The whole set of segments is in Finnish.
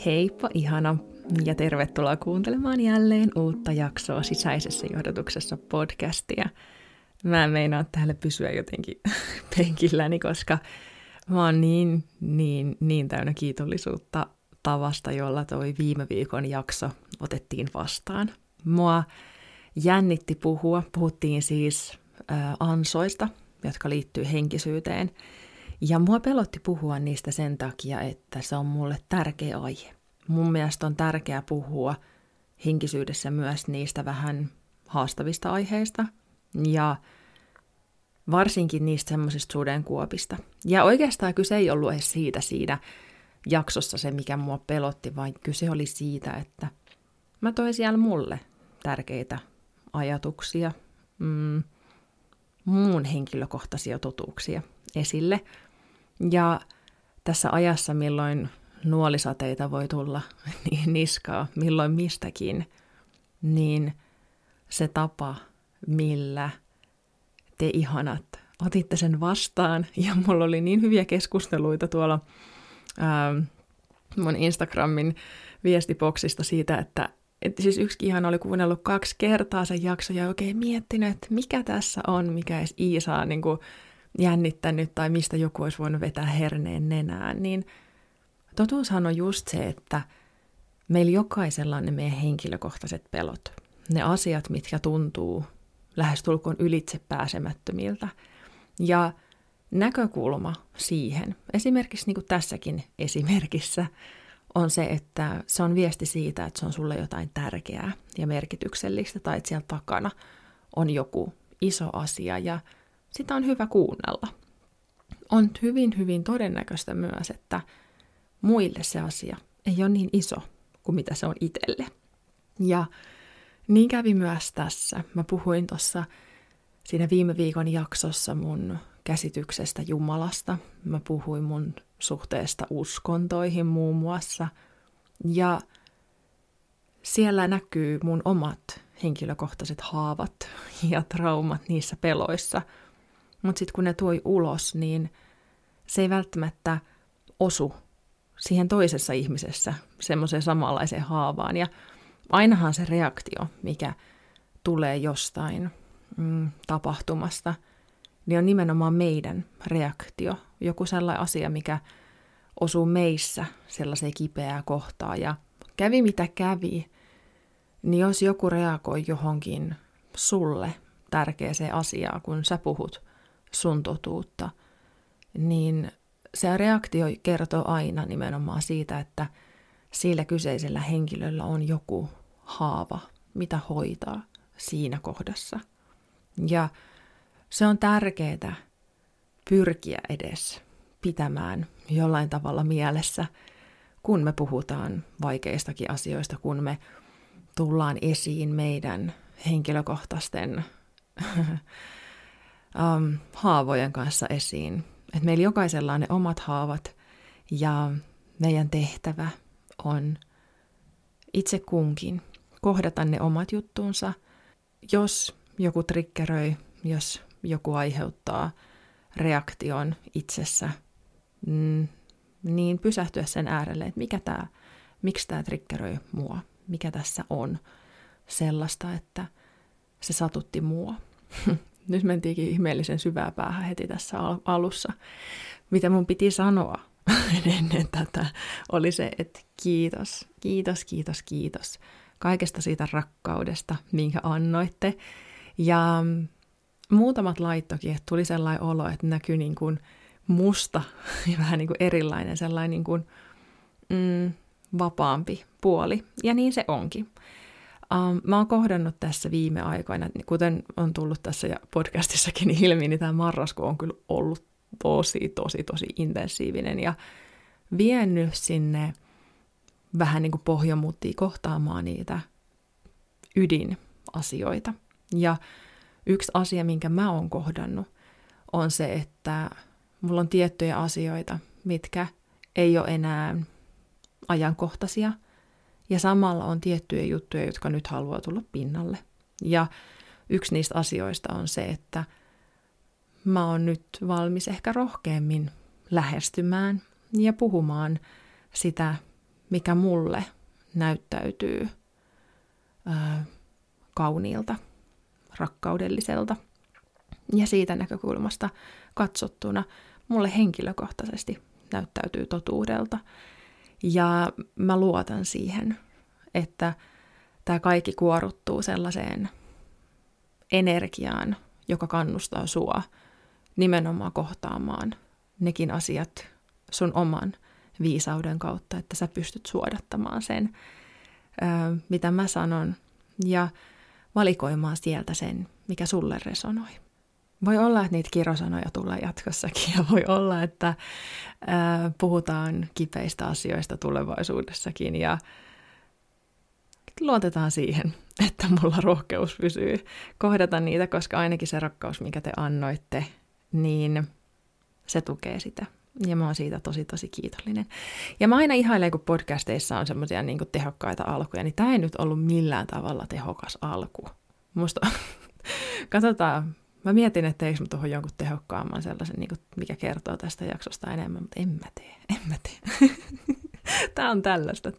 Heippa ihana ja tervetuloa kuuntelemaan jälleen uutta jaksoa Sisäisessä johdotuksessa podcastia. Mä en meinaa täällä pysyä jotenkin penkilläni, koska mä oon niin täynnä kiitollisuutta tavasta, jolla toi viime viikon jakso otettiin vastaan. Mua jännitti puhua. Puhuttiin siis ansoista, jotka liittyy henkisyyteen. Ja mua pelotti puhua niistä sen takia, että se on mulle tärkeä aihe. Mun mielestä on tärkeää puhua henkisyydessä myös niistä vähän haastavista aiheista ja varsinkin niistä semmoisista sudenkuopista. Ja oikeastaan kyse ei ollut edes siitä siinä jaksossa se, mikä mua pelotti, vaan kyse oli siitä, että mä toin siellä mulle tärkeitä ajatuksia, muun henkilökohtaisia totuuksia esille. Ja tässä ajassa, milloin nuolisateita voi tulla niskaa, milloin mistäkin, niin se tapa, millä te ihanat otitte sen vastaan, ja mulla oli niin hyviä keskusteluita tuolla mun Instagramin viestiboksista siitä, että siis yksikin ihana oli kuunnellut 2 kertaa sen jakson ja oikein miettinyt, että mikä tässä on, mikä edes Iisaa niin kuin jännittänyt tai mistä joku olisi voinut vetää herneen nenään, niin totuushan on just se, että meillä jokaisella on ne meidän henkilökohtaiset pelot. Ne asiat, mitkä tuntuu lähestulkoon ylitse pääsemättömiltä. Ja näkökulma siihen, esimerkiksi niin kuin tässäkin esimerkissä, on se, että se on viesti siitä, että se on sulle jotain tärkeää ja merkityksellistä, tai että siellä takana on joku iso asia, ja sitä on hyvä kuunnella. On hyvin todennäköistä myös, että muille se asia ei ole niin iso kuin mitä se on itselle. Ja niin kävi myös tässä. Mä puhuin tuossa siinä viime viikon jaksossa mun käsityksestä Jumalasta. Mä puhuin mun suhteesta uskontoihin muun muassa. Ja siellä näkyy mun omat henkilökohtaiset haavat ja traumat niissä peloissa. Mutta sitten kun ne toi ulos, niin se ei välttämättä osu siihen toisessa ihmisessä semmoiseen samanlaiseen haavaan. Ja ainahan se reaktio, mikä tulee jostain tapahtumasta, niin on nimenomaan meidän reaktio. Joku sellainen asia, mikä osuu meissä sellaiseen kipeää kohtaa. Ja kävi mitä kävi, niin jos joku reagoi johonkin sulle tärkeäseen asiaan, kun sä puhut sun totuutta, niin se reaktio kertoo aina nimenomaan siitä, että sillä kyseisellä henkilöllä on joku haava, mitä hoitaa siinä kohdassa. Ja se on tärkeää pyrkiä edes pitämään jollain tavalla mielessä, kun me puhutaan vaikeistakin asioista, kun me tullaan esiin meidän henkilökohtaisten haavojen kanssa esiin. Että meillä jokaisella on ne omat haavat ja meidän tehtävä on itse kunkin kohdata ne omat juttuunsa. Jos joku triggeröi, jos joku aiheuttaa reaktion itsessä, niin pysähtyä sen äärelle, että miksi tämä triggeröi mua, mikä tässä on sellaista, että se satutti mua. Nyt mentiinkin ihmeellisen syvää päähän heti tässä alussa. Mitä mun piti sanoa ennen tätä oli se, että kiitos kaikesta siitä rakkaudesta, minkä annoitte. Ja muutamat laittokin, että tuli sellainen olo, että näkyi niin kuin musta ja vähän niin kuin erilainen, sellainen niin kuin, vapaampi puoli. Ja niin se onkin. Mä oon kohdannut tässä viime aikoina, kuten on tullut tässä podcastissakin ilmi, niin tämä marraskuu on kyllä ollut tosi intensiivinen ja vienyt sinne vähän niin kuin pohjamuttiin kohtaamaan niitä ydinasioita. Ja yksi asia, minkä mä oon kohdannut, on se, että mulla on tiettyjä asioita, mitkä ei ole enää ajankohtaisia, ja samalla on tiettyjä juttuja, jotka nyt haluaa tulla pinnalle. Ja yksi niistä asioista on se, että mä oon nyt valmis ehkä rohkeammin lähestymään ja puhumaan sitä mikä mulle näyttäytyy kauniilta, rakkaudelliselta. Ja siitä näkökulmasta katsottuna mulle henkilökohtaisesti näyttäytyy totuudelta. Ja mä luotan siihen, että tämä kaikki kuoruttuu sellaiseen energiaan, joka kannustaa sua nimenomaan kohtaamaan nekin asiat sun oman viisauden kautta, että sä pystyt suodattamaan sen, mitä mä sanon, ja valikoimaan sieltä sen, mikä sulle resonoi. Voi olla, että niitä kirosanoja tulee jatkossakin, ja voi olla, että puhutaan kipeistä asioista tulevaisuudessakin, ja luotetaan siihen, että mulla rohkeus pysyy kohdata niitä, koska ainakin se rakkaus, mikä te annoitte, niin se tukee sitä. Ja mä oon siitä tosi, tosi kiitollinen. Ja mä aina ihailen, kun podcasteissa on semmoisia niin kuin tehokkaita alkuja, niin tää ei nyt ollut millään tavalla tehokas alku. Musta, katsotaan, mä mietin, että teekö mä tuohon jonkun tehokkaamman sellaisen, niin kuin, mikä kertoo tästä jaksosta enemmän, mutta en mä tee. Tää on tällaista.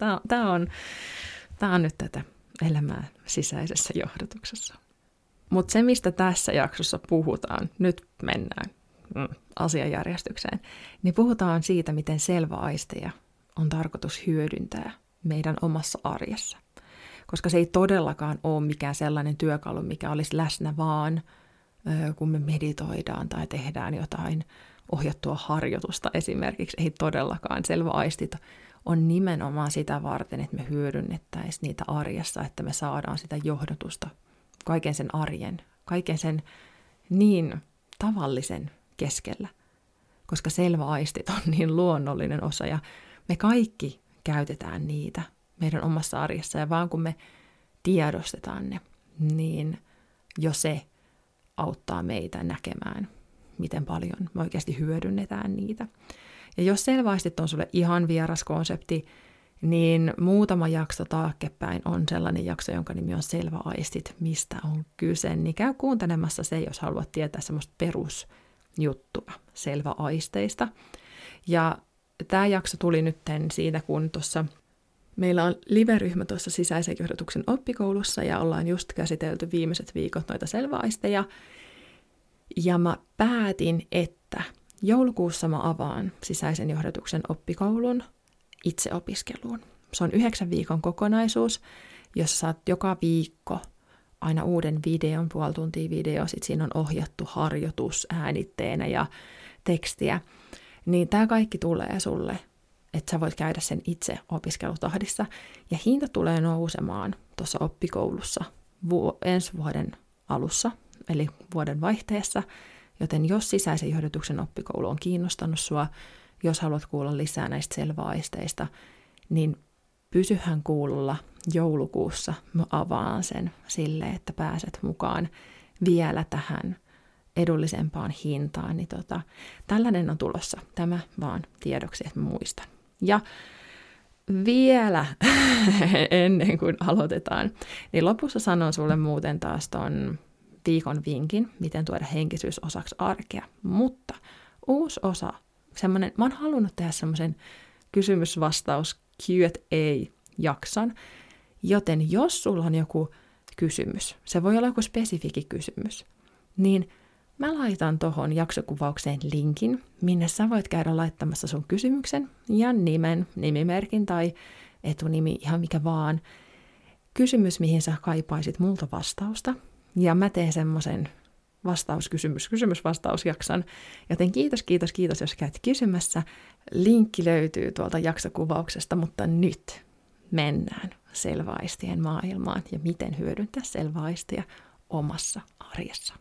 Tää on nyt tätä elämää sisäisessä johdatuksessa. Mutta se, mistä tässä jaksossa puhutaan, nyt mennään asiajärjestykseen, niin puhutaan siitä, miten selväaisteja on tarkoitus hyödyntää meidän omassa arjessa. Koska se ei todellakaan ole mikään sellainen työkalu, mikä olisi läsnä vaan, kun me meditoidaan tai tehdään jotain ohjattua harjoitusta esimerkiksi. Ei todellakaan. Selväaistit on nimenomaan sitä varten, että me hyödynnettäisiin niitä arjessa, että me saadaan sitä johdatusta kaiken sen arjen, kaiken sen niin tavallisen keskellä, koska selväaistit on niin luonnollinen osa ja me kaikki käytetään niitä meidän omassa arjessa ja vaan kun me tiedostetaan ne, niin jo se auttaa meitä näkemään, miten paljon me oikeasti hyödynnetään niitä. Ja jos selväaistit on sulle ihan vieras konsepti, niin muutama jakso taaksepäin on sellainen jakso, jonka nimi on Selväaistit, mistä on kyse. Niin käy kuuntelemassa se, jos haluat tietää semmoista perusjuttua selväaisteista. Ja tämä jakso tuli nyt siitä, kun tuossa meillä on live-ryhmä tuossa sisäisen johdatuksen oppikoulussa ja ollaan just käsitelty viimeiset viikot noita selväaisteja. Ja mä päätin, että joulukuussa mä avaan sisäisen johdatuksen oppikoulun itseopiskeluun. Se on 9 viikon kokonaisuus, jossa saat joka viikko aina uuden videon, puoli tuntia video, sit siinä on ohjattu harjoitus äänitteenä ja tekstiä. Niin tää kaikki tulee sulle, että sä voit käydä sen itse opiskelutahdissa. Ja hinta tulee nousemaan tuossa oppikoulussa ensi vuoden alussa, eli vuoden vaihteessa. Joten jos sisäisen johdatuksen oppikoulu on kiinnostanut sua, jos haluat kuulla lisää näistä selväaisteista, niin pysyhän kuulolla joulukuussa. Mä avaan sen silleen, että pääset mukaan vielä tähän edullisempaan hintaan. Niin tällainen on tulossa. Tämä vaan tiedoksi, että mä muistan. Ja vielä ennen kuin aloitetaan, niin lopussa sanon sulle muuten taas ton viikon vinkin, miten tuoda henkisyys osaksi arkea. Mutta uusi osa, semmoinen, mä oon halunnut tehdä semmoisen kysymysvastaus Q&A-jakson, joten jos sulla on joku kysymys, se voi olla joku spesifiki kysymys, niin mä laitan tohon jaksokuvaukseen linkin, minne sä voit käydä laittamassa sun kysymyksen ja nimen, nimimerkin tai etunimi, ihan mikä vaan. Kysymys, mihin sä kaipaisit multa vastausta. Ja mä teen semmoisen kysymysvastausjakson. Joten kiitos, jos käyt kysymässä. Linkki löytyy tuolta jaksokuvauksesta, mutta nyt mennään selväaistien maailmaan ja miten hyödyntää selväaistia omassa arjessa.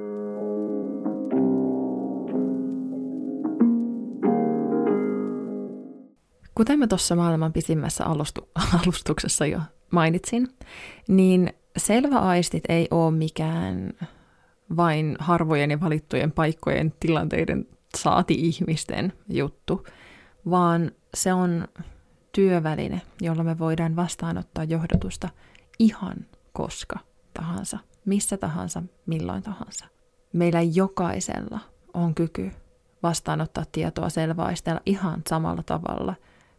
Kuten mä tuossa maailman pisimmässä alustuksessa jo mainitsin, niin selväaistit ei ole mikään vain harvojen ja valittujen paikkojen, tilanteiden, saati ihmisten juttu, vaan se on työväline, jolla me voidaan vastaanottaa johdatusta ihan koska tahansa, missä tahansa, milloin tahansa. Meillä jokaisella on kyky vastaanottaa tietoa selväaisteella ihan samalla tavalla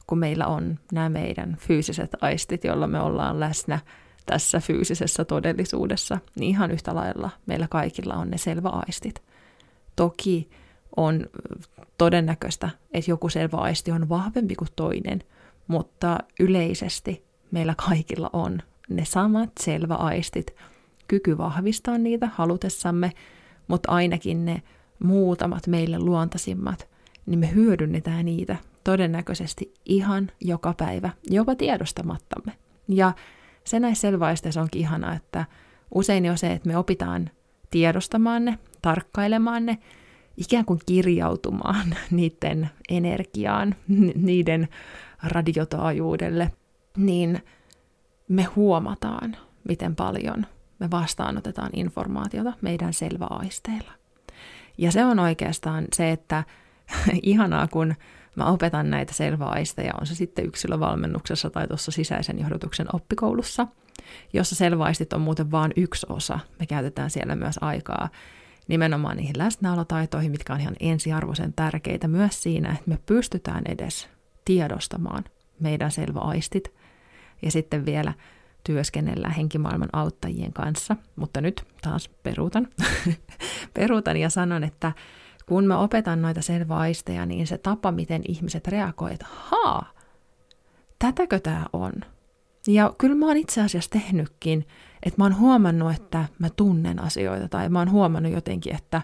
kun meillä on nämä meidän fyysiset aistit, joilla me ollaan läsnä tässä fyysisessä todellisuudessa, niin ihan yhtä lailla meillä kaikilla on ne selväaistit. Toki on todennäköistä, että joku selväaisti on vahvempi kuin toinen, mutta yleisesti meillä kaikilla on ne samat selväaistit, kyky vahvistaa niitä halutessamme, mutta ainakin ne muutamat meille luontaisimmat, niin me hyödynnetään niitä todennäköisesti ihan joka päivä, jopa tiedostamattamme. Ja se näissä selväaisteissa onkin ihanaa, että usein jo se, että me opitaan tiedostamaan ne, tarkkailemaan ne, ikään kuin kirjautumaan niiden energiaan, niiden radiotaajuudelle, niin me huomataan, miten paljon me vastaanotetaan informaatiota meidän selväaisteilla. Ja se on oikeastaan se, että ihanaa, kun mä opetan näitä selväaisteja, on se sitten yksilövalmennuksessa tai tuossa sisäisen johdotuksen oppikoulussa, jossa selväaistit on muuten vain yksi osa. Me käytetään siellä myös aikaa nimenomaan niihin läsnäolotaitoihin, mitkä on ihan ensiarvoisen tärkeitä myös siinä, että me pystytään edes tiedostamaan meidän selväaistit ja sitten vielä työskennellään henkimaailman auttajien kanssa. Mutta nyt taas peruutan ja sanon, että kun mä opetan noita selväaisteja, niin se tapa, miten ihmiset reagoivat, että tätäkö tämä on? Ja kyllä mä oon itse asiassa tehnytkin, että mä oon huomannut, että mä tunnen asioita, tai mä oon huomannut jotenkin, että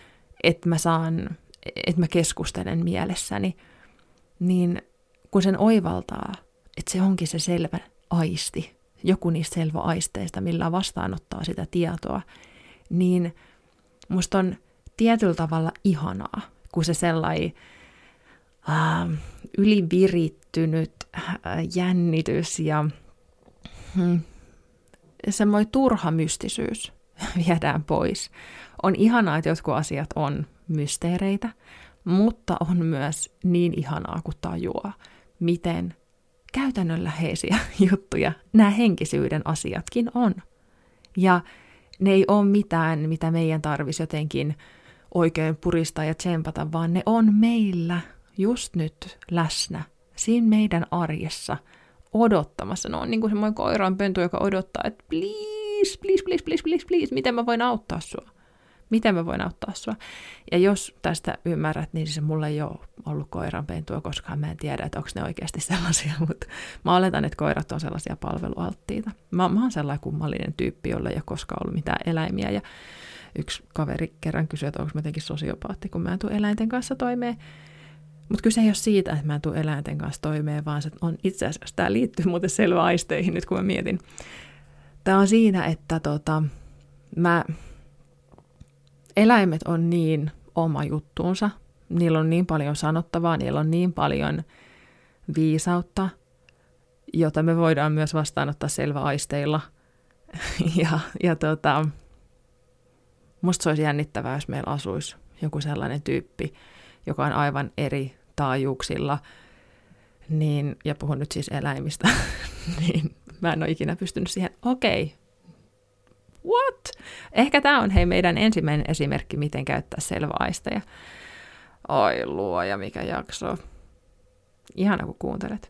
mä keskustelen mielessäni, niin kun sen oivaltaa, että se onkin se selvä aisti, joku niistä selväaisteista, millä vastaanottaa sitä tietoa, niin musta on tietyllä tavalla ihanaa, kun se sellainen ylivirittynyt jännitys ja semmoinen turha mystisyys viedään pois. On ihanaa, että jotkut asiat on mysteereitä, mutta on myös niin ihanaa, kun tajuaa, miten käytännönläheisiä juttuja nämä henkisyyden asiatkin on. Ja ne ei ole mitään, mitä meidän tarvitsisi jotenkin oikein puristaa ja tsempata, vaan ne on meillä just nyt läsnä, siinä meidän arjessa, odottamassa. No on niin kuin semmoinen koiranpentu, joka odottaa, että please, miten mä voin auttaa sua? Miten mä voin auttaa sua? Ja jos tästä ymmärrät, niin se mulla ei ole ollut koiranpentua, koska mä en tiedä, että onko ne oikeasti sellaisia, mutta mä oletan, että koirat on sellaisia palvelualttiita. Mä oon sellainen kummallinen tyyppi, jolla ei ole koskaan ollut mitään eläimiä, ja yksi kaveri kerran kysyi, että onko mä jotenkin sosiopaatti, kun mä en tule eläinten kanssa toimeen. Mutta kyse ei ole siitä, että mä en tule eläinten kanssa toimeen, vaan se on itse asiassa, tämä liittyy muuten selväaisteihin nyt, kun mä mietin. Tämä on siinä, että eläimet on niin oma juttuunsa, niillä on niin paljon sanottavaa, niillä on niin paljon viisautta, jota me voidaan myös vastaanottaa selväaisteilla. Musta se olisi jännittävää, jos meillä asuisi joku sellainen tyyppi, joka on aivan eri taajuuksilla, niin, ja puhun nyt siis eläimistä, niin mä en ole ikinä pystynyt siihen, okei. What? Ehkä tämä on meidän ensimmäinen esimerkki, miten käyttää selväaisteja. Oi luoja, mikä jakso. Ihana, kun kuuntelet.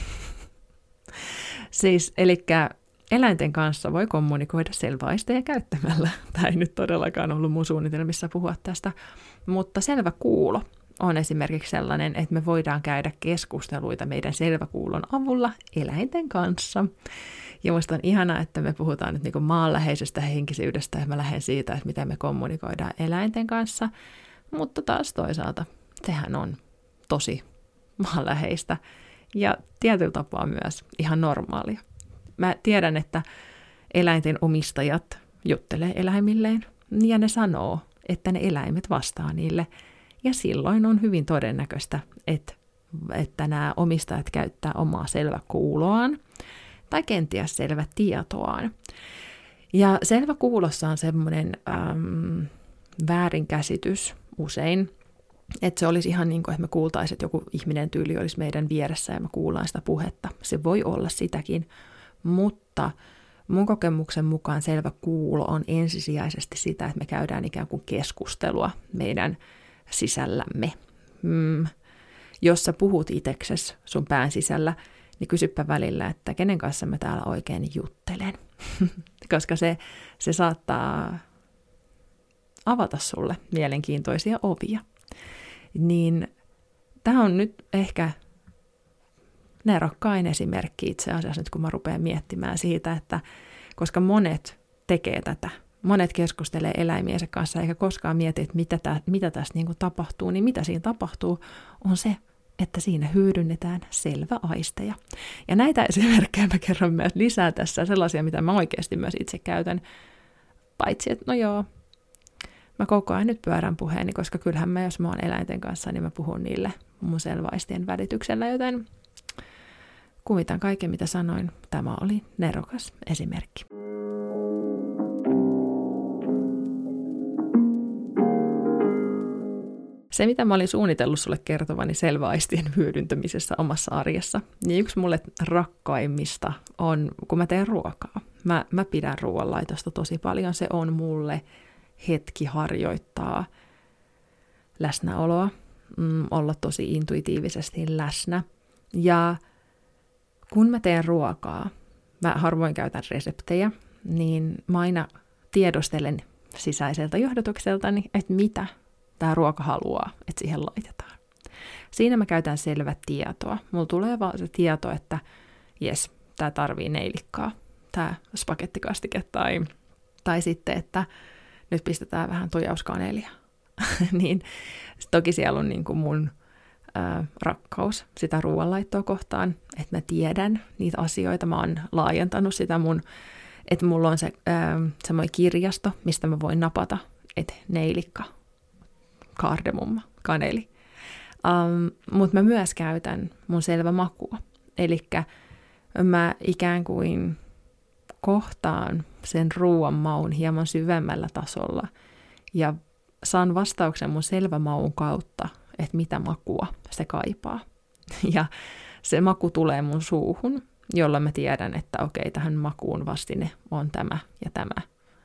Siis, elikkä eläinten kanssa voi kommunikoida selväaisteja käyttämällä. Tämä ei nyt todellakaan ollut mun suunnitelmissa puhua tästä, mutta selvä kuulo on esimerkiksi sellainen, että me voidaan käydä keskusteluita meidän selväkuulon avulla eläinten kanssa. Ja musta on ihanaa, että me puhutaan nyt niin kuin maanläheisestä henkisyydestä ja mä lähden siitä, että miten me kommunikoidaan eläinten kanssa, mutta taas toisaalta sehän on tosi maanläheistä ja tietyllä tapaa myös ihan normaalia. Mä tiedän, että eläinten omistajat juttelee eläimilleen ja ne sanoo, että ne eläimet vastaa niille. Ja silloin on hyvin todennäköistä, että nämä omistajat käyttää omaa selväkuuloaan tai kenties selvätietoaan. Ja selväkuulossa on semmoinen väärinkäsitys usein, että se olisi ihan niin kuin, että me kuultaisiin, että joku ihminen tyyli olisi meidän vieressä ja me kuullaan sitä puhetta. Se voi olla sitäkin, mutta mun kokemuksen mukaan selvä kuulo on ensisijaisesti sitä, että me käydään ikään kuin keskustelua meidän sisällämme. jos sä puhut itsekses sun pään sisällä, niin kysyppä välillä, että kenen kanssa mä täällä oikein juttelen. Koska se saattaa avata sulle mielenkiintoisia ovia. Niin tämä on nyt ehkä nerokkain esimerkki itse asiassa nyt, kun mä rupean miettimään siitä, että koska monet tekee tätä, monet keskustelee eläimiensä kanssa eikä koskaan mieti, että mitä tässä niin kuin tapahtuu, niin mitä siinä tapahtuu on se, että siinä hyödynnetään selväaisteja. Ja näitä esimerkkejä mä kerron myös lisää tässä, sellaisia, mitä mä oikeasti myös itse käytän, paitsi että no joo, mä koko ajan nyt pyörän puheeni, koska kyllähän mä, jos mä oon eläinten kanssa, niin mä puhun niille mun selväaistien välityksellä, joten kuvitan kaiken, mitä sanoin. Tämä oli nerokas esimerkki. Se, mitä mä olin suunnitellut sulle kertovani selväaistien hyödyntämisessä omassa arjessa, niin yksi mulle rakkaimmista on, kun mä teen ruokaa. Mä pidän ruoanlaitosta tosi paljon. Se on mulle hetki harjoittaa läsnäoloa, olla tosi intuitiivisesti läsnä. Ja kun mä teen ruokaa, mä harvoin käytän reseptejä, niin mä aina tiedostelen sisäiseltä johdatukseltani, että mitä tämä ruoka haluaa, että siihen laitetaan. Siinä mä käytän selvää tietoa. Mulla tulee vaan se tieto, että jes, tää tarvii neilikkaa, tää spagettikastike, tai sitten, että nyt pistetään vähän tujauskanelia. Niin toki siellä on niin kuin mun rakkaus sitä ruoanlaittoa kohtaan, että mä tiedän niitä asioita. Mä oon laajentanut sitä että mulla on se semmoinen kirjasto, mistä mä voin napata, että neilikka, kaardemumma, kaneli. Mutta mä myös käytän mun selvä makua. Elikkä mä ikään kuin kohtaan sen ruoan maun hieman syvemmällä tasolla ja saan vastauksen mun selvä maun kautta, että mitä makua se kaipaa. Ja se maku tulee mun suuhun, jolloin mä tiedän, että okei, tähän makuun vastine on tämä ja tämä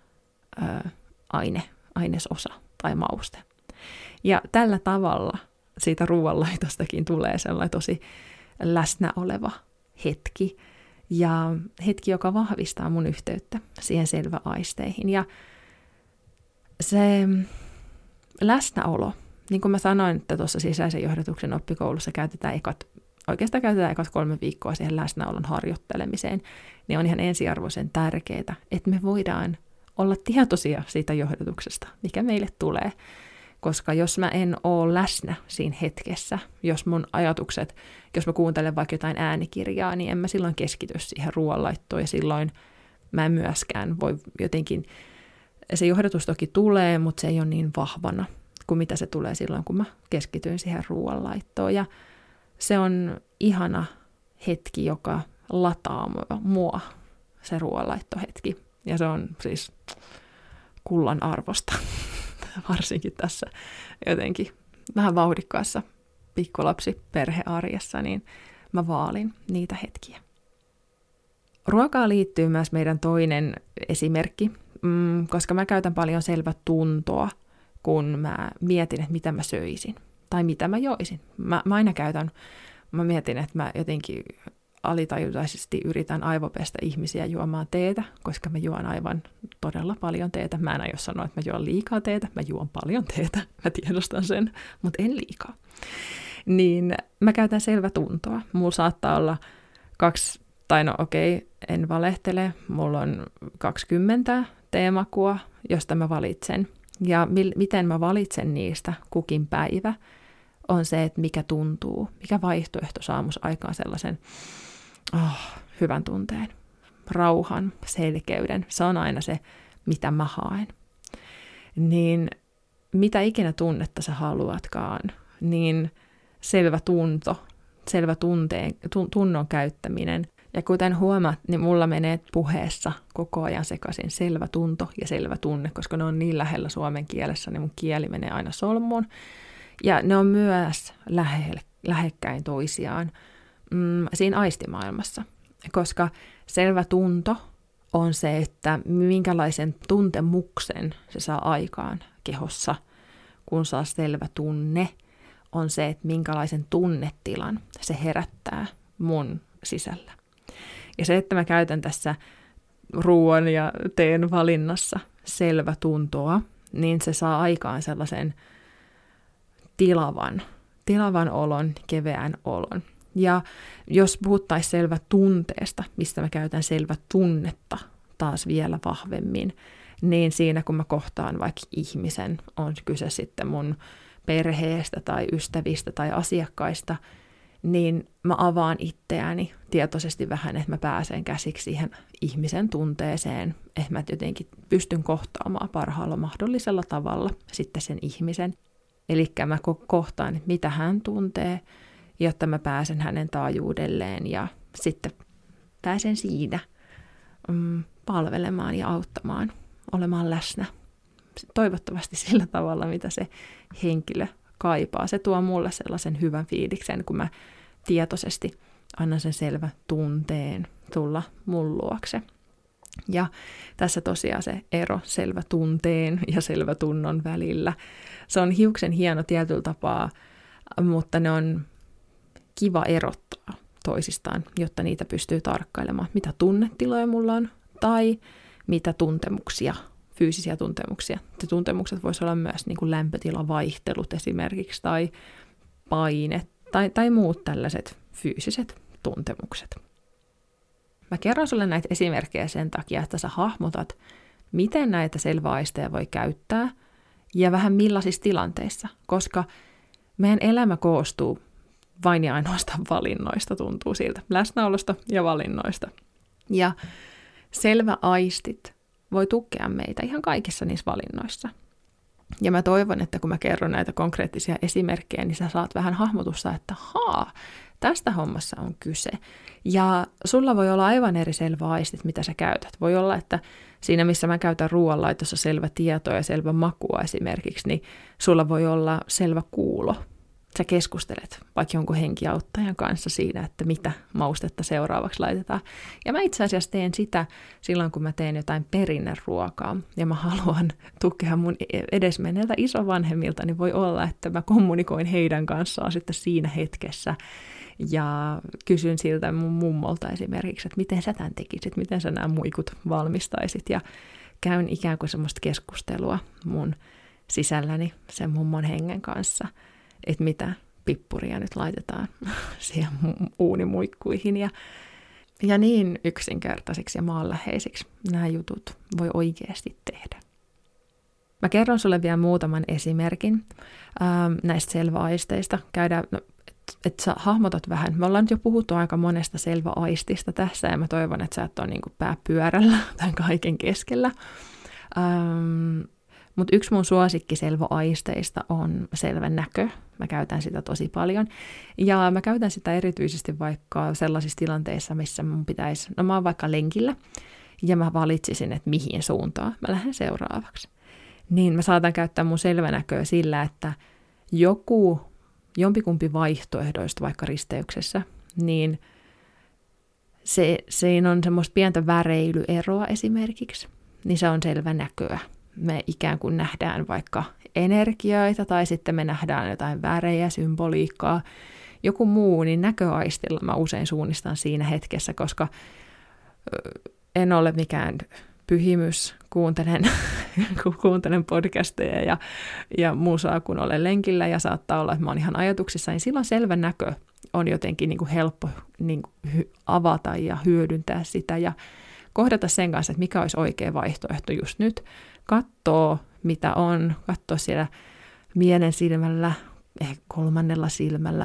ainesosa tai mauste. Ja tällä tavalla siitä ruoanlaitostakin tulee sellainen tosi läsnä oleva hetki. Ja hetki, joka vahvistaa mun yhteyttä siihen selväaisteihin. Ja se läsnäolo, niin kuin mä sanoin, että tuossa sisäisen johdatuksen oppikoulussa käytetään ekat 3 viikkoa siihen läsnäolon harjoittelemiseen, niin on ihan ensiarvoisen tärkeää, että me voidaan olla tietoisia siitä johdatuksesta, mikä meille tulee. Koska jos mä en ole läsnä siinä hetkessä, jos mun ajatukset, jos mä kuuntelen vaikka jotain äänikirjaa, niin en mä silloin keskity siihen ruoanlaittoon ja silloin mä en myöskään voi jotenkin, se johdatus toki tulee, mutta se ei ole niin vahvana kuin mitä se tulee silloin, kun mä keskityin siihen ruoanlaittoon. Ja se on ihana hetki, joka lataa mua, se ruoanlaittohetki. Ja se on siis kullan arvosta. Varsinkin tässä jotenkin vähän vauhdikkaassa pikkulapsi-perhearjessa, niin mä vaalin niitä hetkiä. Ruokaan liittyy myös meidän toinen esimerkki, koska mä käytän paljon selvätuntoa, kun mä mietin, että mitä mä söisin tai mitä mä joisin. Mä aina mä mietin, että mä jotenkin alitajutaisesti yritän aivopestä ihmisiä juomaan teetä, koska mä juon aivan todella paljon teetä. Mä en aio sanoa, että mä juon liikaa teetä, mä juon paljon teetä, mä tiedostan sen, mutta en liikaa. Niin mä käytän selvätuntoa. Mulla saattaa olla 2, tai no okei, en valehtele, mulla on 20 teemakua, josta mä valitsen. Ja miten mä valitsen niistä kukin päivä, on se, että mikä tuntuu, mikä vaihtoehto saa musta aikaan sellaisen hyvän tunteen, rauhan, selkeyden. Se on aina se, mitä mä haen. Niin mitä ikinä tunnetta sä haluatkaan, niin selvä tunnon käyttäminen. Ja kuten huomaat, niin mulla menee puheessa koko ajan sekaisin selvä tunto ja selvä tunne, koska ne on niin lähellä suomen kielessä, niin mun kieli menee aina solmuun. Ja ne on myös lähekkäin toisiaan siinä aistimaailmassa, koska selvä tunto on se, että minkälaisen tuntemuksen se saa aikaan kehossa, kun saa selvä tunne, on se, että minkälaisen tunnetilan se herättää mun sisällä. Ja se, että mä käytän tässä ruoan ja teen valinnassa selvätuntoa, niin se saa aikaan sellaisen tilavan olon, keveän olon. Ja jos puhuttaisiin selvätunteesta, mistä mä käytän selvätunnetta taas vielä vahvemmin, niin siinä kun mä kohtaan vaikka ihmisen, on kyse sitten mun perheestä tai ystävistä tai asiakkaista, niin mä avaan itseäni tietoisesti vähän, että mä pääsen käsiksi siihen ihmisen tunteeseen, että mä jotenkin pystyn kohtaamaan parhaalla mahdollisella tavalla sitten sen ihmisen. Eli mä kohtaan, että mitä hän tuntee, jotta mä pääsen hänen taajuudelleen ja sitten pääsen siinä palvelemaan ja auttamaan, olemaan läsnä. Toivottavasti sillä tavalla, mitä se henkilö kaipaa. Se tuo mulle sellaisen hyvän fiiliksen, kun mä tietoisesti annan sen selvä tunteen tulla mun luokse. Ja tässä tosiaan se ero selvä tunteen ja selvä tunnon välillä. Se on hiuksen hieno tietyllä tapaa, mutta ne on kiva erottaa toisistaan, jotta niitä pystyy tarkkailemaan, mitä tunnetiloja mulla on tai mitä tuntemuksia, fyysisiä tuntemuksia. Se tuntemukset voisi olla myös niin kuin lämpötilavaihtelut esimerkiksi tai paine tai muut tällaiset fyysiset tuntemukset. Mä kerron sulle näitä esimerkkejä sen takia, että sä hahmotat, miten näitä selväaisteja voi käyttää ja vähän millaisissa tilanteissa, koska meidän elämä koostuu vain ja ainoastaan valinnoista, tuntuu siltä, läsnäolosta ja valinnoista. Ja selväaistit voi tukea meitä ihan kaikissa niissä valinnoissa. Ja mä toivon, että kun mä kerron näitä konkreettisia esimerkkejä, niin sä saat vähän hahmotusta, että tästä hommassa on kyse. Ja sulla voi olla aivan eri selväaistit, mitä sä käytät. Voi olla, että siinä missä mä käytän ruoanlaitossa selvä tieto ja selvä makua esimerkiksi, niin sulla voi olla selvä kuulo. Sä keskustelet vaikka jonkun henkiauttajan kanssa siinä, että mitä maustetta seuraavaksi laitetaan. Ja mä itse asiassa teen sitä silloin, kun mä teen jotain perinneruokaa ja mä haluan tukea mun edesmenneiltä isovanhemmilta, niin voi olla, että mä kommunikoin heidän kanssaan sitten siinä hetkessä ja kysyn siltä mun mummolta esimerkiksi, että miten sä tämän tekisit, miten sä nämä muikut valmistaisit ja käyn ikään kuin semmoista keskustelua mun sisälläni sen mummon hengen kanssa, että mitä pippuria nyt laitetaan siihen uunimuikkuihin. Ja niin yksinkertaisiksi ja maanläheisiksi nämä jutut voi oikeasti tehdä. Mä kerron sulle vielä muutaman esimerkin näistä selväaisteista. Että sä hahmotat vähän. Me ollaan nyt jo puhuttu aika monesta selväaistista tässä, ja mä toivon, että sä et ole niin kuin pää pyörällä tämän kaiken keskellä. Mutta yksi mun suosikki selväaisteista on selvä näkö. Mä käytän sitä tosi paljon. Ja mä käytän sitä erityisesti vaikka sellaisissa tilanteissa, missä mun pitäisi, mä oon vaikka lenkillä, ja mä valitsisin, että mihin suuntaan mä lähden seuraavaksi. Niin mä saatan käyttää mun selvänäköä sillä, että jompikumpi vaihtoehdoista vaikka risteyksessä, niin siinä on semmoista pientä väreilyeroa esimerkiksi, niin se on selvä näköä. Me ikään kuin nähdään vaikka energioita tai sitten me nähdään jotain värejä, symboliikkaa, joku muu, niin näköaistilla mä usein suunnistan siinä hetkessä, koska en ole mikään pyhimys, kuuntelen podcasteja ja musaa, kun olen lenkillä ja saattaa olla, että mä oon ihan ajatuksissa, niin silloin selvä näkö on jotenkin niin kuin helppo niin kuin avata ja hyödyntää sitä ja kohdata sen kanssa, että mikä olisi oikea vaihtoehto just nyt. Katsoo, mitä on, katsoo siellä mielen silmällä, ehkä kolmannella silmällä,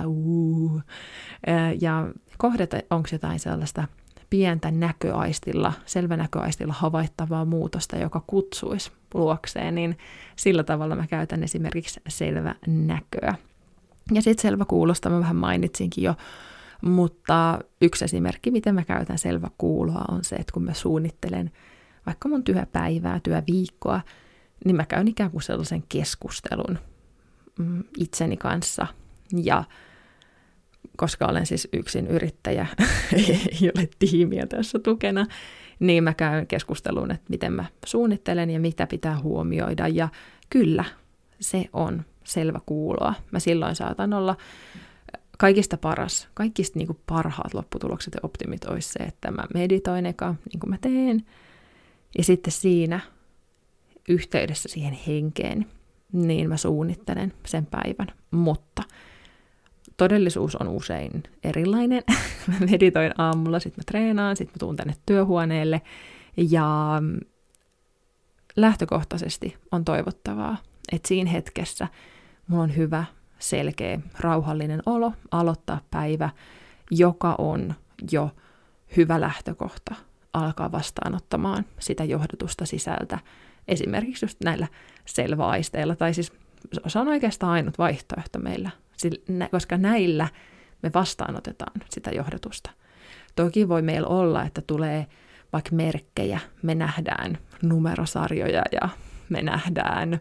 ja kohdata, onko jotain sellaista pientä selvänäköaistilla havaittavaa muutosta, joka kutsuisi luokseen, niin sillä tavalla mä käytän esimerkiksi selvänäköä. Ja sitten selväkuulosta mä vähän mainitsinkin jo, mutta yksi esimerkki, miten mä käytän selväkuuloa, on se, että kun mä suunnittelen vaikka mun työpäivää, työviikkoa, niin mä käyn ikään kuin sellaisen keskustelun itseni kanssa. Ja koska olen siis yksin yrittäjä, ei ole tiimiä tässä tukena, niin mä käyn keskusteluun, että miten mä suunnittelen ja mitä pitää huomioida. Ja kyllä, se on selvä kuuloa. Mä silloin saatan olla kaikista niin kuin parhaat lopputulokset ja optimit olisi se, että mä meditoin eka, niin kuin mä teen, ja sitten siinä yhteydessä siihen henkeen, niin mä suunnittelen sen päivän, mutta todellisuus on usein erilainen. Mä meditoin aamulla, sitten mä treenaan, sitten mä tuun tänne työhuoneelle, ja lähtökohtaisesti on toivottavaa, että siinä hetkessä mulla on hyvä, selkeä, rauhallinen olo aloittaa päivä, joka on jo hyvä lähtökohta alkaa vastaanottamaan sitä johdotusta sisältä, esimerkiksi just näillä selväaisteilla, tai siis se on oikeastaan ainut vaihtoehto meillä, koska näillä me vastaanotetaan sitä johdotusta. Toki voi meillä olla, että tulee vaikka merkkejä, me nähdään numerosarjoja ja me nähdään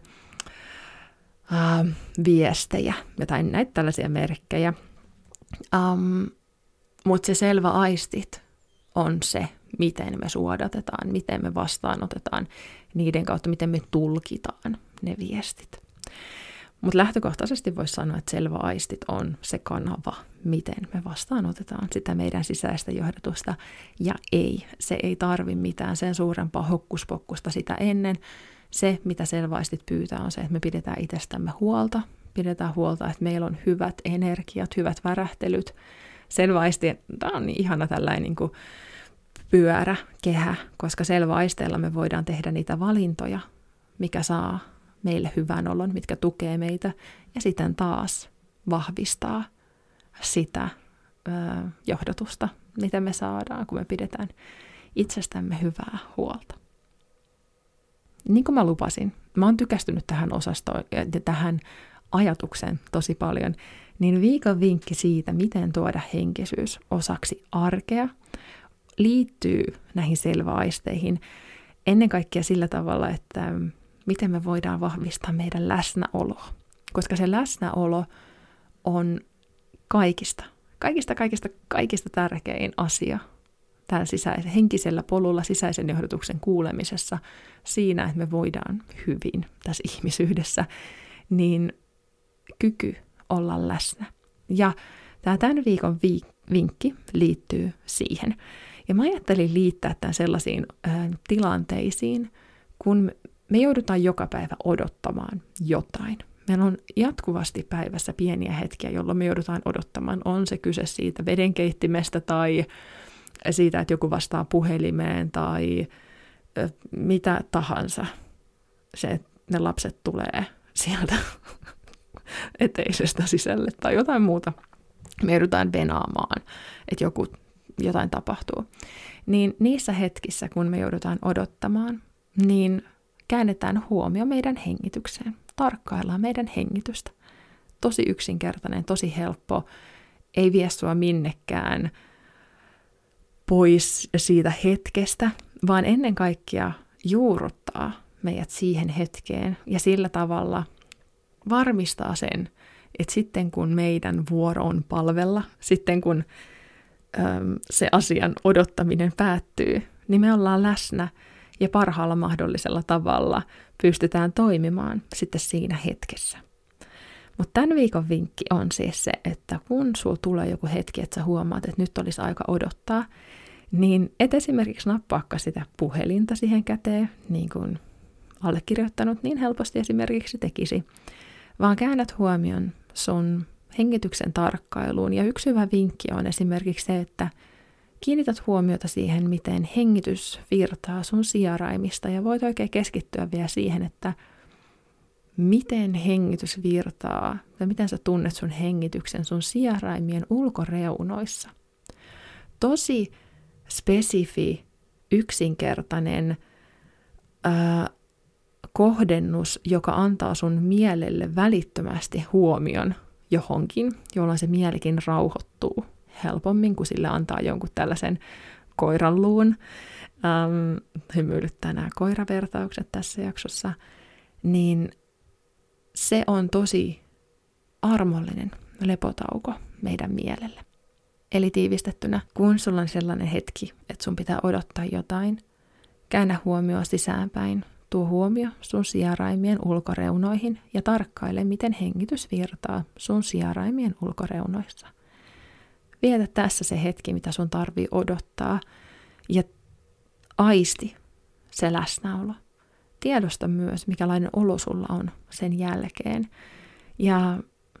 viestejä, jotain näitä tällaisia merkkejä. Mutta se selvä aistit on se, miten me suodatetaan, miten me vastaanotetaan niiden kautta, miten me tulkitaan ne viestit. Mutta lähtökohtaisesti voisi sanoa, että selvä aistit on se kanava, miten me vastaanotetaan sitä meidän sisäistä johdotusta. Ja se ei tarvi mitään sen suurempaa hokkuspokkusta sitä ennen. Se, mitä selväaistit pyytää, on se, että me pidetään itsestämme huolta. Pidetään huolta, että meillä on hyvät energiat, hyvät värähtelyt. Selväaisti, tämä on niin ihana tällainen niin kuin pyörä, kehä, koska selväaisteilla me voidaan tehdä niitä valintoja, mikä saa meille hyvän olon, mitkä tukee meitä, ja sitten taas vahvistaa sitä johdotusta, mitä me saadaan, kun me pidetään itsestämme hyvää huolta. Niin kuin mä lupasin, mä oon tykästynyt tähän osastoon ja tähän ajatukseen tosi paljon, niin viikon vinkki siitä, miten tuoda henkisyys osaksi arkea, liittyy näihin selväaisteihin ennen kaikkea sillä tavalla, että miten me voidaan vahvistaa meidän läsnäoloa. Koska se läsnäolo on kaikista tärkein asia täällä henkisellä polulla, sisäisen johdotuksen kuulemisessa, siinä, että me voidaan hyvin tässä ihmisyydessä, niin kyky olla läsnä. Ja tämä tämän viikon vinkki liittyy siihen. Ja mä ajattelin liittää tämän sellaisiin tilanteisiin, kun me joudutaan joka päivä odottamaan jotain. Meillä on jatkuvasti päivässä pieniä hetkiä, jolloin me joudutaan odottamaan. On se kyse siitä vedenkeittimestä tai siitä, että joku vastaa puhelimeen tai mitä tahansa. Se, että ne lapset tulee sieltä eteisestä sisälle tai jotain muuta. Me joudutaan venaamaan, että jotain tapahtuu. Niin niissä hetkissä, kun me joudutaan odottamaan, niin käännetään huomio meidän hengitykseen. Tarkkaillaan meidän hengitystä. Tosi yksinkertainen, tosi helppo. Ei vie sua minnekään pois siitä hetkestä, vaan ennen kaikkea juurruttaa meidät siihen hetkeen ja sillä tavalla varmistaa sen, että sitten kun meidän vuoro on palvella, sitten kun se asian odottaminen päättyy, niin me ollaan läsnä ja parhaalla mahdollisella tavalla pystytään toimimaan sitten siinä hetkessä. Mutta tämän viikon vinkki on siis se, että kun sulla tulee joku hetki, että sä huomaat, että nyt olisi aika odottaa, niin et esimerkiksi nappaakaan sitä puhelinta siihen käteen, niin kuin allekirjoittanut niin helposti esimerkiksi tekisi, vaan käännät huomion sun hengityksen tarkkailuun. Ja yksi hyvä vinkki on esimerkiksi se, että kiinnität huomiota siihen, miten hengitys virtaa sun sijaraimista, ja voit oikein keskittyä vielä siihen, että miten hengitys virtaa, ja miten sä tunnet sun hengityksen sun sijaraimien ulkoreunoissa. Tosi spesifi, yksinkertainen kohdennus, joka antaa sun mielelle välittömästi huomion johonkin, jolloin se mielikin rauhoittuu helpommin, kun sille antaa jonkun tällaisen koiranluun. Hymyilyttää nämä koiravertaukset tässä jaksossa. Niin se on tosi armollinen lepotauko meidän mielelle. Eli tiivistettynä, kun sulla on sellainen hetki, että sun pitää odottaa jotain, käännä huomioon sisäänpäin, Tuo huomio sun sijaraimien ulkoreunoihin ja tarkkaile, miten hengitys virtaa sun sijaraimien ulkoreunoissa. Vietä tässä se hetki, mitä sun tarvii odottaa, ja aisti se läsnäolo. Tiedosta myös, mikälainen olo sulla on sen jälkeen. Ja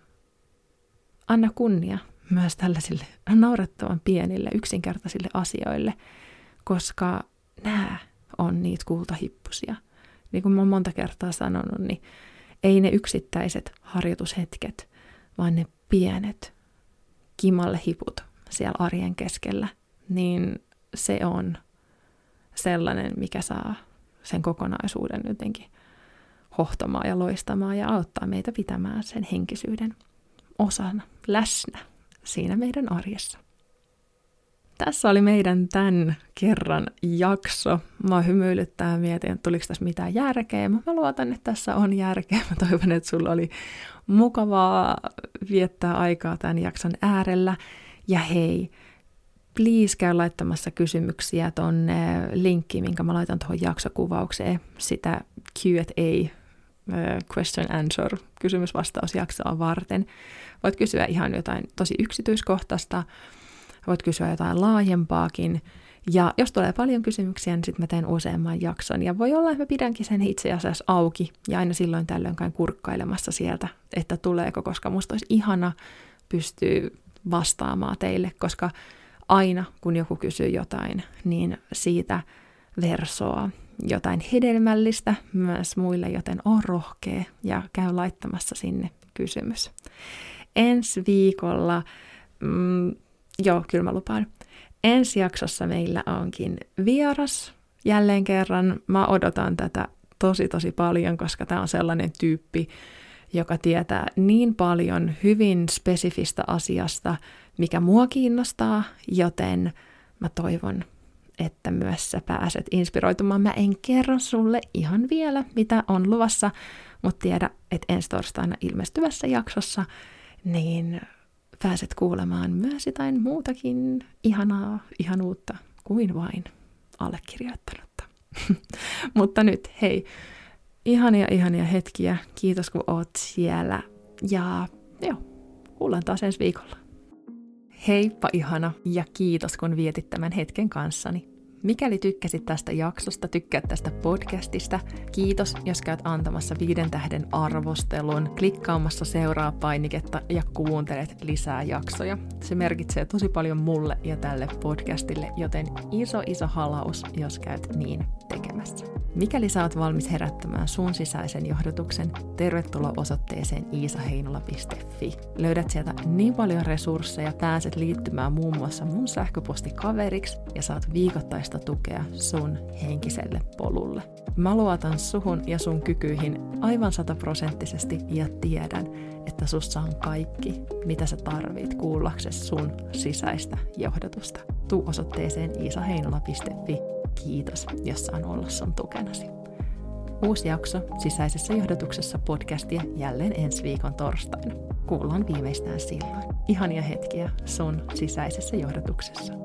anna kunnia myös tällaisille naurettavan pienille, yksinkertaisille asioille, koska nämä on niitä kultahippusia. Niin kuin mä oon monta kertaa sanonut, niin ei ne yksittäiset harjoitushetket, vaan ne pienet kimalle hiput siellä arjen keskellä, niin se on sellainen, mikä saa sen kokonaisuuden jotenkin hohtamaan ja loistamaan ja auttaa meitä pitämään sen henkisyyden osana läsnä siinä meidän arjessa. Tässä oli meidän tämän kerran jakso. Mä hymyilyttää mietin, että tuliko tässä mitään järkeä. Mä luotan, että tässä on järkeä. Mä toivon, että sulla oli mukavaa viettää aikaa tämän jakson äärellä. Ja hei, please käy laittamassa kysymyksiä tonne linkkiin, minkä mä laitan tuohon jaksokuvaukseen. Sitä Q&A, question answer, kysymysvastausjaksoa varten. Voit kysyä ihan jotain tosi yksityiskohtaista. Voit kysyä jotain laajempaakin. Ja jos tulee paljon kysymyksiä, niin sitten mä teen useamman jakson. Ja voi olla, että mä pidänkin sen itse asiassa auki ja aina silloin tällöin käyn kurkkailemassa sieltä, että tuleeko, koska musta olisi ihana pystyä vastaamaan teille, koska aina kun joku kysyy jotain, niin siitä versoa jotain hedelmällistä myös muille, joten on rohkea ja käy laittamassa sinne kysymys. Ensi viikolla, kyllä mä lupaan, ensi jaksossa meillä onkin vieras jälleen kerran. Mä odotan tätä tosi paljon, koska tää on sellainen tyyppi, joka tietää niin paljon hyvin spesifistä asiasta, mikä mua kiinnostaa, joten mä toivon, että myös sä pääset inspiroitumaan. Mä en kerro sulle ihan vielä, mitä on luvassa, mutta tiedä, että ensi torstaina ilmestyvässä jaksossa, niin pääset kuulemaan myös jotain muutakin ihanaa, ihanuutta kuin vain allekirjoittanutta. Mutta nyt, hei, ihania hetkiä. Kiitos, kun oot siellä. Ja kuullaan taas ensi viikolla. Heippa ihana ja kiitos, kun vietit tämän hetken kanssani. Mikäli tykkäsit tästä jaksosta, tykkäät tästä podcastista, kiitos, jos käyt antamassa 5 tähden arvostelun, klikkaamassa seuraa-painiketta ja kuuntelet lisää jaksoja. Se merkitsee tosi paljon mulle ja tälle podcastille, joten iso halaus, jos käyt niin tekemässä. Mikäli sä oot valmis herättämään sun sisäisen johdatuksen, tervetuloa osoitteeseen iisaheinola.fi. Löydät sieltä niin paljon resursseja, pääset liittymään muun muassa mun sähköpostikaveriksi ja saat viikoittaista tukea sun henkiselle polulle. Mä luotan suhun ja sun kykyihin aivan 100% ja tiedän, että sussa on kaikki, mitä sä tarvit kuullaksesi sun sisäistä johdatusta. Tuu osoitteeseen iisaheinola.fi. Kiitos, jos saan olla sun tukenasi. Uusi jakso Sisäisessä johdatuksessa podcastia jälleen ensi viikon torstaina. Kuullaan viimeistään silloin. Ihania hetkiä sun sisäisessä johdatuksessa.